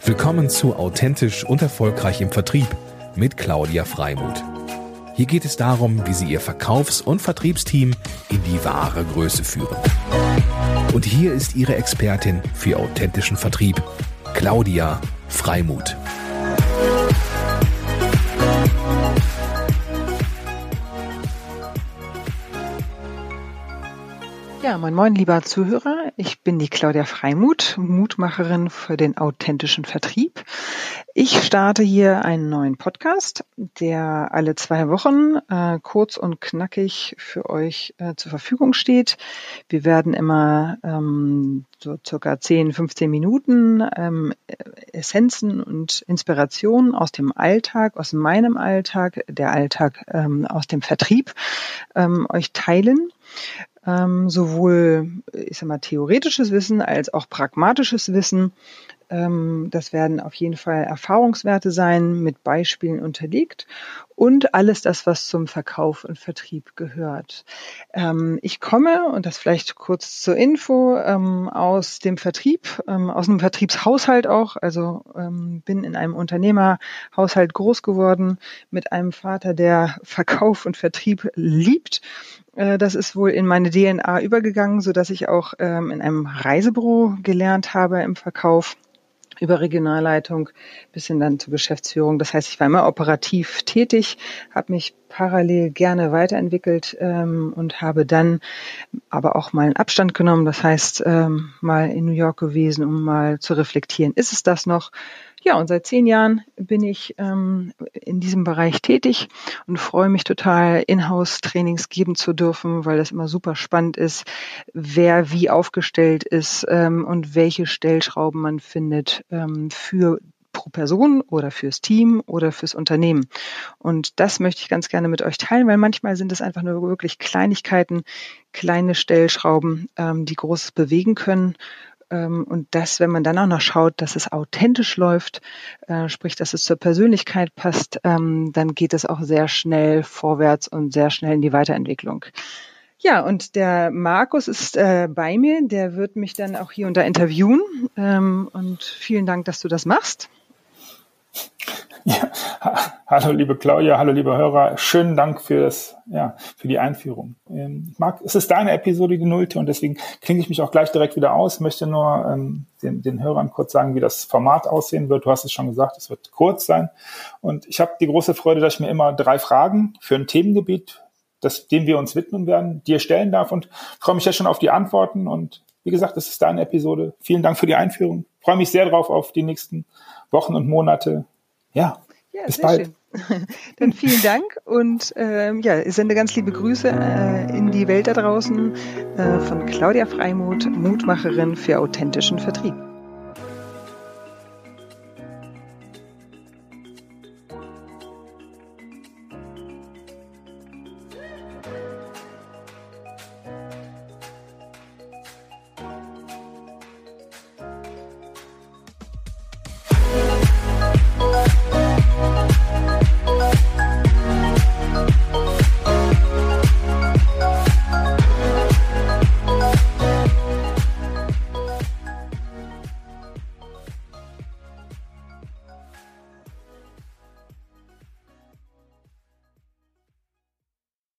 Willkommen zu Authentisch und Erfolgreich im Vertrieb mit Claudia Freimuth. Hier geht es darum, wie Sie Ihr Verkaufs- und Vertriebsteam in die wahre Größe führen. Und hier ist Ihre Expertin für authentischen Vertrieb, Claudia Freimuth. Ja, moin, lieber Zuhörer. Ich bin die Claudia Freimuth, Mutmacherin für den authentischen Vertrieb. Ich starte hier einen neuen Podcast, der alle 2 Wochen kurz und knackig für euch zur Verfügung steht. Wir werden immer so circa 10, 15 Minuten Essenzen und Inspirationen aus dem Alltag, aus meinem Alltag, der Alltag aus dem Vertrieb euch teilen. Sowohl, theoretisches Wissen als auch pragmatisches Wissen. Das werden auf jeden Fall Erfahrungswerte sein, mit Beispielen unterlegt und alles das, was zum Verkauf und Vertrieb gehört. Ich komme, und das vielleicht kurz zur Info, aus dem Vertrieb, aus einem Vertriebshaushalt auch, also bin in einem Unternehmerhaushalt groß geworden mit einem Vater, der Verkauf und Vertrieb liebt. Das ist wohl in meine DNA übergegangen, so dass ich auch in einem Reisebüro gelernt habe im Verkauf, über Regionalleitung bis hin dann zur Geschäftsführung. Das heißt, ich war immer operativ tätig, habe mich parallel gerne weiterentwickelt und habe dann aber auch mal einen Abstand genommen. Das heißt, mal in New York gewesen, um mal zu reflektieren, ist es das noch? Ja, und seit 10 Jahren bin ich in diesem Bereich tätig und freue mich total, Inhouse-Trainings geben zu dürfen, weil das immer super spannend ist, wer wie aufgestellt ist und welche Stellschrauben man findet für pro Person oder fürs Team oder fürs Unternehmen. Und das möchte ich ganz gerne mit euch teilen, weil manchmal sind es einfach nur wirklich Kleinigkeiten, kleine Stellschrauben, die Großes bewegen können. Und das, wenn man dann auch noch schaut, dass es authentisch läuft, sprich, dass es zur Persönlichkeit passt, dann geht es auch sehr schnell vorwärts und sehr schnell in die Weiterentwicklung. Ja, und der Markus ist bei mir, der wird mich dann auch hier und da interviewen. Und vielen Dank, dass du das machst. Ja, hallo liebe Claudia, hallo liebe Hörer, schönen Dank für die Einführung. Es ist deine Episode, die 0. und deswegen klinge ich mich auch gleich direkt wieder aus, möchte nur den Hörern kurz sagen, wie das Format aussehen wird. Du hast es schon gesagt, es wird kurz sein und ich habe die große Freude, dass ich mir immer 3 Fragen für ein Themengebiet, dem wir uns widmen werden, dir stellen darf und freue mich jetzt schon auf die Antworten und wie gesagt, es ist deine Episode. Vielen Dank für die Einführung. Freue mich sehr drauf auf die nächsten Wochen und Monate. Ja, bis bald. Schön. Dann vielen Dank und ich sende ganz liebe Grüße in die Welt da draußen von Claudia Freimuth, Mutmacherin für authentischen Vertrieb.